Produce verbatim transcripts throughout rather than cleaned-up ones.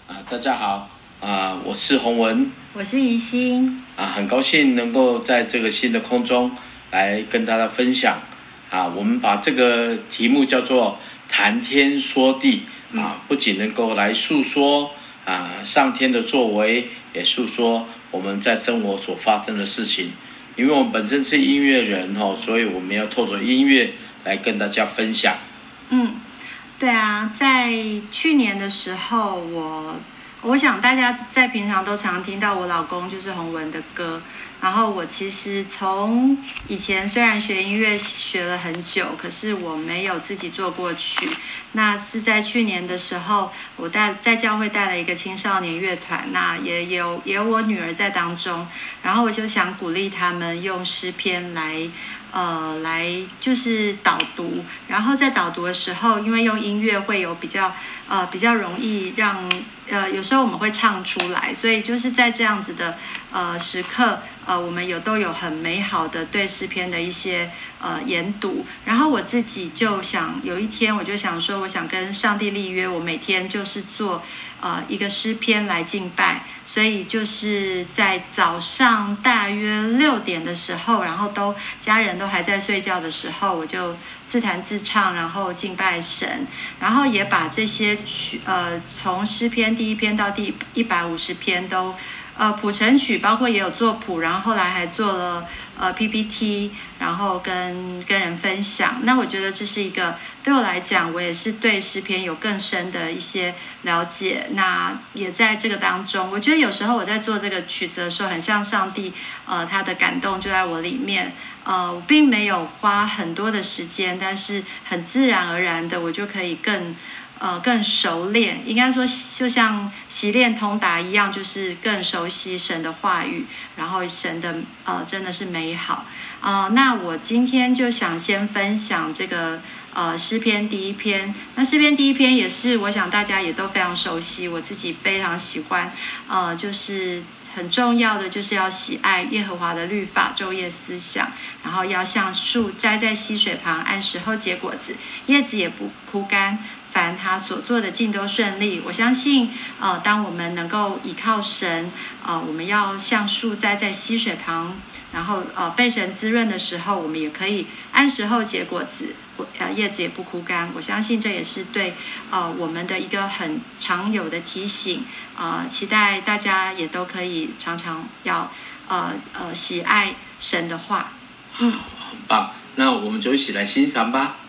啊，大家好，啊，我是洪文， 我是宜心， 啊，很高兴能够在这个新的空中来跟大家分享，啊，我们把这个题目叫做谈天说地，啊，不仅能够来诉说啊上天的作为，也诉说我们在生活所发生的事情。因为我们本身是音乐人哦，所以我们要透过音乐来跟大家分享。 嗯，对啊，在去年的时候，我我想大家在平常都常听到我老公就是洪文的歌。然后我其实从以前虽然学音乐学了很久，可是我没有自己做过曲。那是在去年的时候，我带在教会带了一个青少年乐团，那也有也有我女儿在当中。然后我就想鼓励他们用诗篇来。呃，来就是导读，然后在导读的时候，因为用音乐会有比较呃比较容易让呃有时候我们会唱出来，所以就是在这样子的呃时刻，呃我们有都有很美好的对诗篇的一些呃研读。然后我自己就想有一天我就想说，我想跟上帝立约，我每天就是做呃一个诗篇来敬拜。所以就是在早上大约六点的时候，然后都家人都还在睡觉的时候，我就自弹自唱，然后敬拜神，然后也把这些曲呃从诗篇第一篇到第一百五十篇都呃谱成曲，包括也有做谱，然后后来还做了呃 P P T， 然后跟跟人分享。那我觉得这是一个对我来讲，我也是对诗篇有更深的一些了解。那也在这个当中，我觉得有时候我在做这个曲子的时候，很像上帝呃他的感动就在我里面。呃，我并没有花很多的时间，但是很自然而然的，我就可以更呃更熟练，应该说就像习练通达一样，就是更熟悉神的话语，然后神的呃真的是美好。呃，那我今天就想先分享这个呃诗篇第一篇。那诗篇第一篇也是我想大家也都非常熟悉，我自己非常喜欢，呃，就是很重要的就是要喜爱耶和华的律法，昼夜思想，然后要像树栽在溪水旁，按时候结果子，叶子也不枯干。凡他所做的尽都顺利。我相信，呃，当我们能够依靠神，呃，我们要像树栽在溪水旁，然后呃被神滋润的时候，我们也可以按时候结果子，呃叶子也不枯干。我相信这也是对呃我们的一个很常有的提醒。呃，期待大家也都可以常常要呃呃喜爱神的话。 嗯，很棒。那我们就一起来欣赏吧。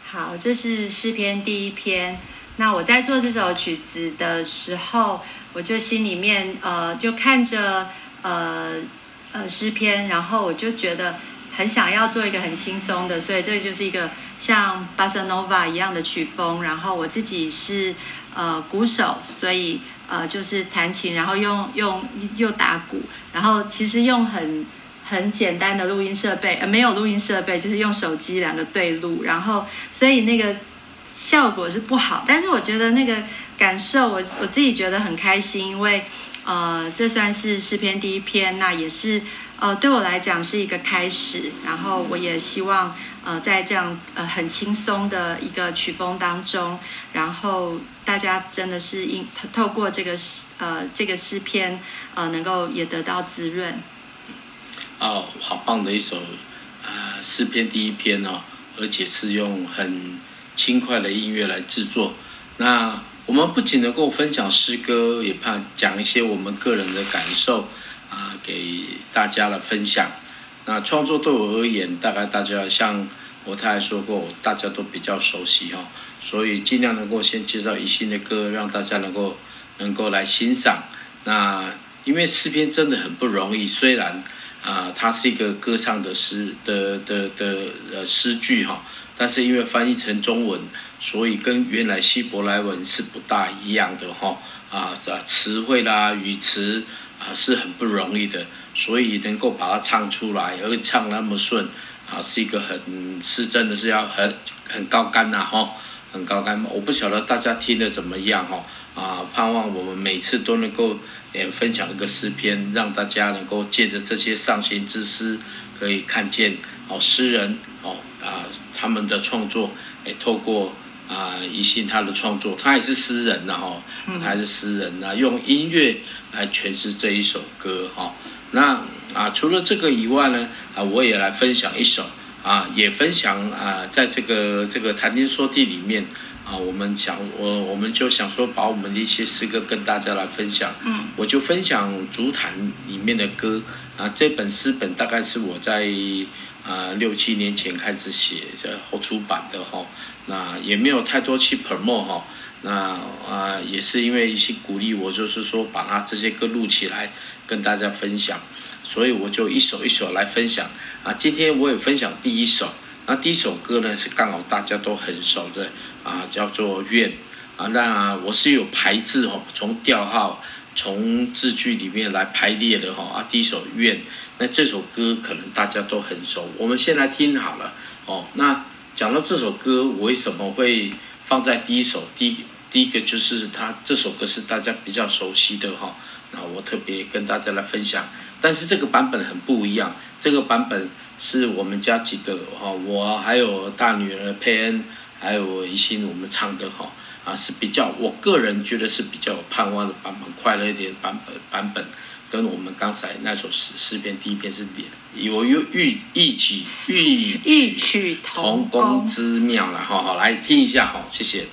好，这是诗篇第一篇。那我在做这首曲子的时候，我就心里面呃就看着呃呃诗篇，然后我就觉得很想要做一个很轻松的，所以这就是一个像巴塞诺瓦一样的曲风。然后我自己是呃鼓手，所以呃就是弹琴，然后用用又打鼓，然后其实用很很简单的录音设备，呃没有录音设备，就是用手机两个对录，然后所以那个效果是不好，但是我觉得那个感受我我自己觉得很开心，因为呃这算是诗篇第一篇，那也是呃对我来讲是一个开始，然后我也希望呃在这样呃很轻松的一个曲风当中，然后大家真的是因透过这个呃这个诗篇呃能够也得到滋润。 哦，好棒的一首啊诗篇第一篇哦，而且是用很轻快的音乐来制作。那我们不仅能够分享诗歌，也怕讲一些我们个人的感受啊，给大家来分享。那创作对我而言，大概大家像我太太说过，大家都比较熟悉哈、哦，所以尽量能够先介绍一新的歌，让大家能够能够来欣赏。那因为诗篇真的很不容易，虽然啊，它是一个歌唱的诗的的的呃诗句哈，但是因为翻译成中文，所以跟原来希伯来文是不大一样的哈啊，词汇啦、语词啊是很不容易的，所以能够把它唱出来，而唱那么顺啊，是一个很是真的是要很很高竿呐哈，很高竿。我不晓得大家听得怎么样哈啊，盼望我们每次都能够也分享一个诗篇，让大家能够借着这些上行之诗，可以看见哦诗人哦啊他们的创作，也透过啊一信他的创作，他也是诗人呐、啊、哈，他也是诗人呐、啊，用音乐来诠释这一首歌哈、哦。那啊除了这个以外呢，啊我也来分享一首啊，也分享啊在这个这个谈天说地里面。啊，我们想我我们就想说，把我们的一些诗歌跟大家来分享。嗯，我就分享竹坛里面的歌啊。这本诗本大概是我在啊六七年前开始写的，后出版的哈、哦。那也没有太多去 promote 哈、哦。那啊也是因为一些鼓励我，就是说把它这些歌录起来跟大家分享，所以我就一首一首来分享啊。今天我也分享第一首。那第一首歌呢是刚好大家都很熟的啊，叫做《愿》啊。那我是有排字哦，从调号、从字句里面来排列的哈啊。第一首《愿》，那这首歌可能大家都很熟，我们先来听好了哦。那讲到这首歌，我为什么会放在第一首？第一第一个就是它这首歌是大家比较熟悉的哈，那我特别跟大家来分享。但是这个版本很不一样，这个版本是我们家几个哈，我还有大女儿佩恩，还有一心我们唱的哈啊，是比较我个人觉得是比较有盼望的版本，快乐一点的版本版本，跟我们刚才那首诗诗篇第一篇是有有异异曲异异曲同工之妙了哈，好来听一下哈，谢谢。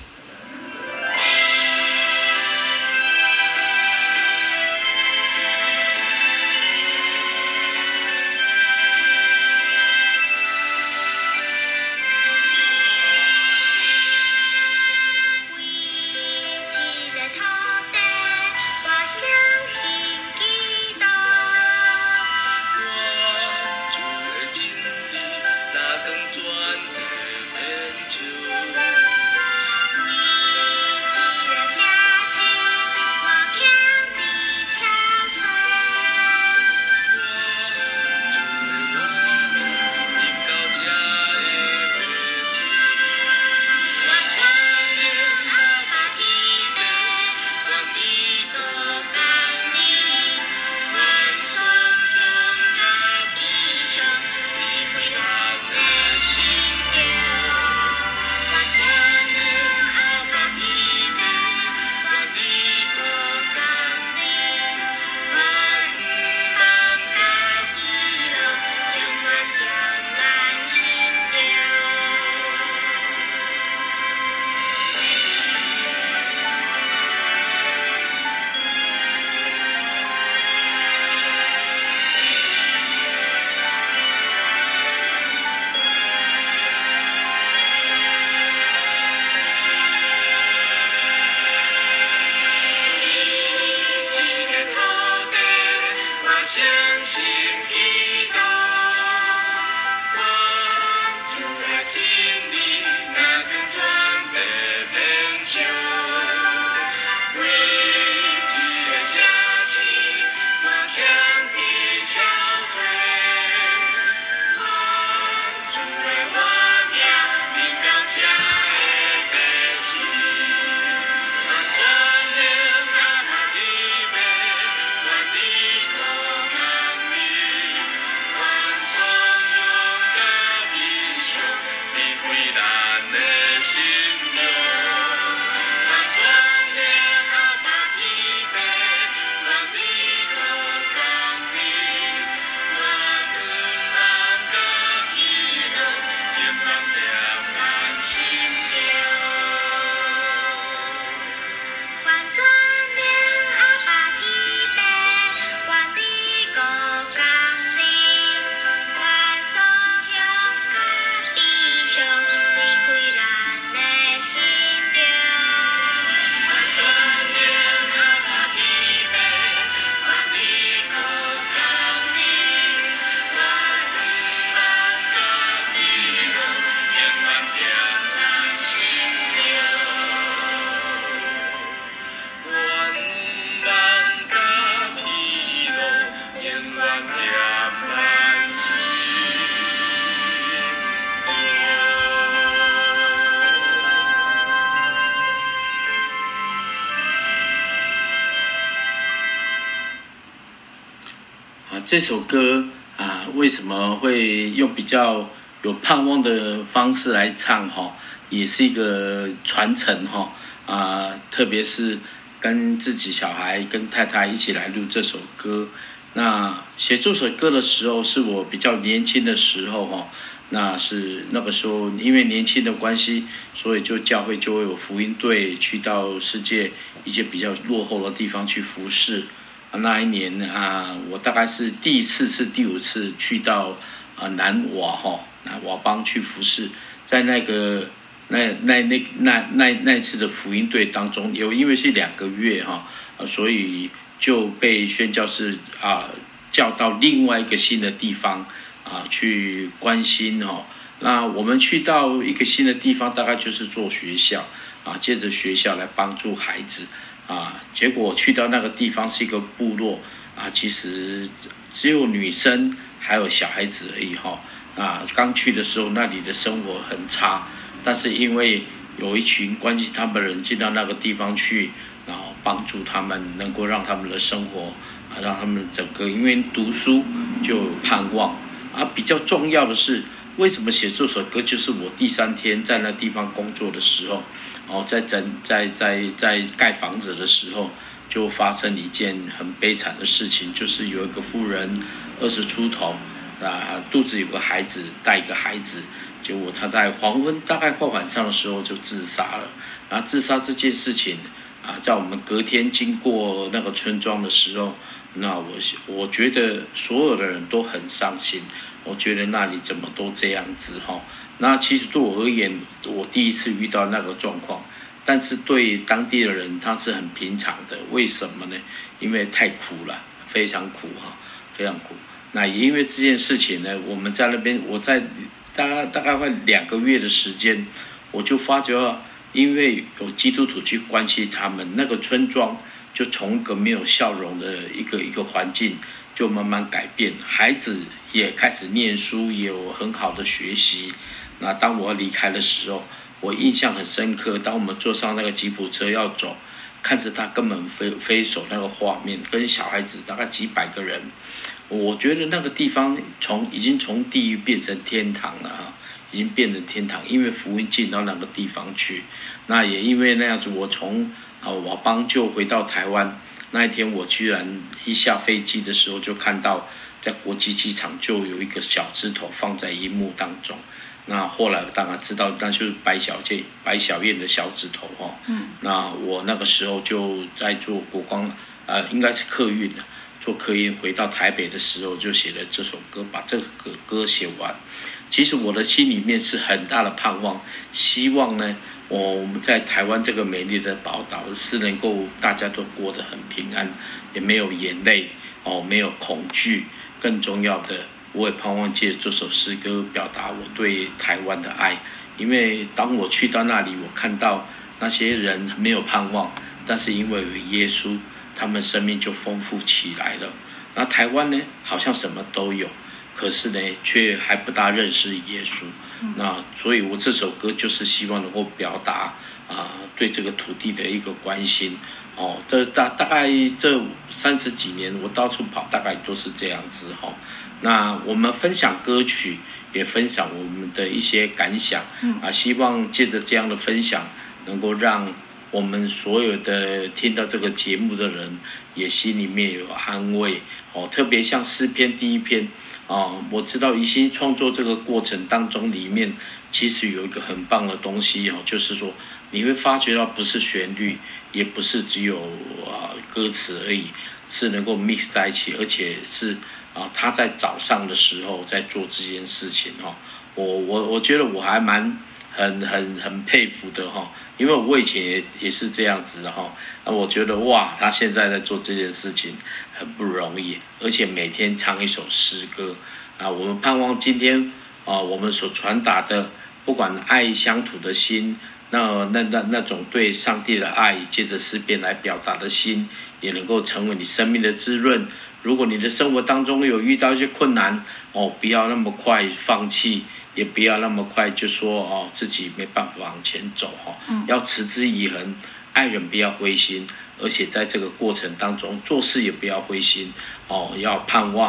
这首歌啊，为什么会用比较有盼望的方式来唱哈？也是一个传承哈啊，特别是跟自己小孩、跟太太一起来录这首歌。那写这首歌的时候，是我比较年轻的时候哈。那是那个时候，因为年轻的关系，所以就教会就会有福音队去到世界一些比较落后的地方去服侍。那一年啊，我大概是第四次、第五次去到啊南瓦哈南瓦邦去服侍，在那个那那那那那那次的福音队当中，有因为是两个月哈，所以就被宣教士啊叫到另外一个新的地方啊去关心哦。那我们去到一个新的地方，大概就是做学校啊，借着学校来帮助孩子。啊，结果去到那个地方是一个部落啊，其实只有女生还有小孩子而已哈。啊，刚去的时候那里的生活很差，但是因为有一群关心他们的人进到那个地方去，然后帮助他们，能够让他们的生活啊，让他们整个因为读书就有盼望啊。比较重要的是，为什么写这首歌？就是我第三天在那地方工作的时候。哦，在整在在在盖房子的时候，就发生一件很悲惨的事情，就是有一个妇人二十出头啊，肚子有个孩子，带一个孩子，结果她在黄昏大概快晚上的时候就自杀了。然后自杀这件事情啊，在我们隔天经过那个村庄的时候，那我我觉得所有的人都很伤心，我觉得那里怎么都这样子哈。那其实对我而言，我第一次遇到那个状况，但是对当地的人他是很平常的。为什么呢？因为太苦了，非常苦哈，非常苦。那也因为这件事情呢，我们在那边，我在大概大概快两个月的时间，我就发觉，因为有基督徒去关心他们，那个村庄就从一个没有笑容的一个一个环境，就慢慢改变，孩子也开始念书，也有很好的学习。那当我离开的时候，我印象很深刻。当我们坐上那个吉普车要走，看着他根本飞飞手那个画面，跟小孩子大概几百个人，我觉得那个地方从已经从地狱变成天堂了哈，已经变成天堂，因为福音进到那个地方去。那也因为那样子，我从啊瓦邦就回到台湾。那一天我居然一下飞机的时候，就看到在国际机场就有一个小枝头放在荧幕当中。那后来我当然知道，那就是白小健、白小燕的小指头哈。嗯。那我那个时候就在做国光，呃，应该是客运的，做客运回到台北的时候，就写了这首歌，把这个歌写完。其实我的心里面是很大的盼望，希望呢，我们在台湾这个美丽的宝岛是能够大家都过得很平安，也没有眼泪哦，没有恐惧，更重要的。我也盼望借这首诗歌表达我对台湾的爱，因为当我去到那里，我看到那些人没有盼望，但是因为有耶稣，他们生命就丰富起来了。那台湾呢，好像什么都有，可是呢，却还不大认识耶稣。那所以我这首歌就是希望能够表达啊、呃、对这个土地的一个关心。哦，这大大概这三十几年，我到处跑，大概都是这样子哈、哦。那我们分享歌曲，也分享我们的一些感想，啊，希望借着这样的分享，能够让我们所有的听到这个节目的人，也心里面有安慰哦。特别像诗篇第一篇，哦，我知道宜兴创作这个过程当中，里面其实有一个很棒的东西哦，就是说你会发觉到不是旋律，也不是只有啊歌词而已，是能够 mix 在一起，而且是。啊，他在早上的时候在做这件事情哈，我我我觉得我还蛮很很很佩服的哈，因为我以前也也是这样子的哈，那我觉得哇，他现在在做这件事情很不容易，而且每天唱一首诗歌啊，我们盼望今天啊，我们所传达的，不管爱乡土的心，那那那那种对上帝的爱，借着诗篇来表达的心，也能够成为你生命的滋润。如果你的生活当中有遇到一些困难哦，不要那么快放弃，也不要那么快就说哦自己没办法往前走哈、哦嗯，要持之以恒，爱人不要灰心，而且在这个过程当中做事也不要灰心哦，要盼望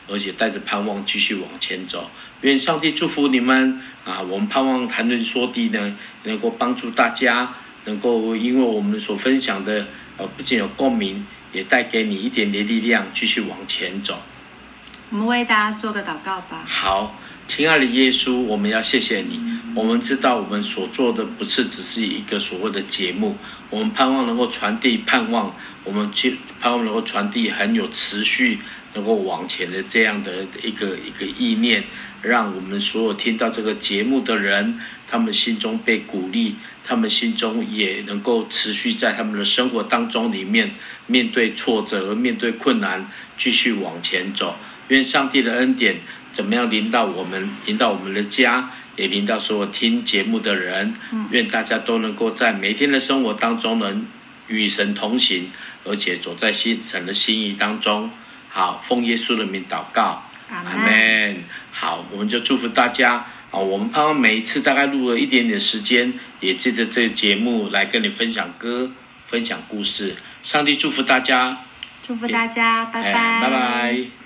而且带着盼望继续往前走。愿上帝祝福你们啊！我们盼望谈论说地呢，能够帮助大家，能够因为我们所分享的，呃，不仅有共鸣，也带给你一点点力量，继续往前走。 我们为大家做个祷告吧。 好，亲爱的耶稣，我们要谢谢你。我们知道我们所做的不是只是一个所谓的节目，我们盼望能够传递盼望，我们去盼望能够传递很有持续能够往前的这样的一个一个意念，让我们所有听到这个节目的人，他们心中被鼓励，他们心中也能够持续在他们的生活当中里面面对挫折、面对困难，继续往前走。愿上帝的恩典怎么样临到我们，临到我们的家，也临到所有听节目的人。愿大家都能够在每天的生活当中能与神同行，而且走在神的心意当中。好，奉耶稣的名祷告， 阿们。好，我们就祝福大家啊！我们盼望每一次大概录了一点点时间，也借着这个节目来跟你分享歌、分享故事。上帝祝福大家， 祝福大家，拜拜， 哎，拜拜。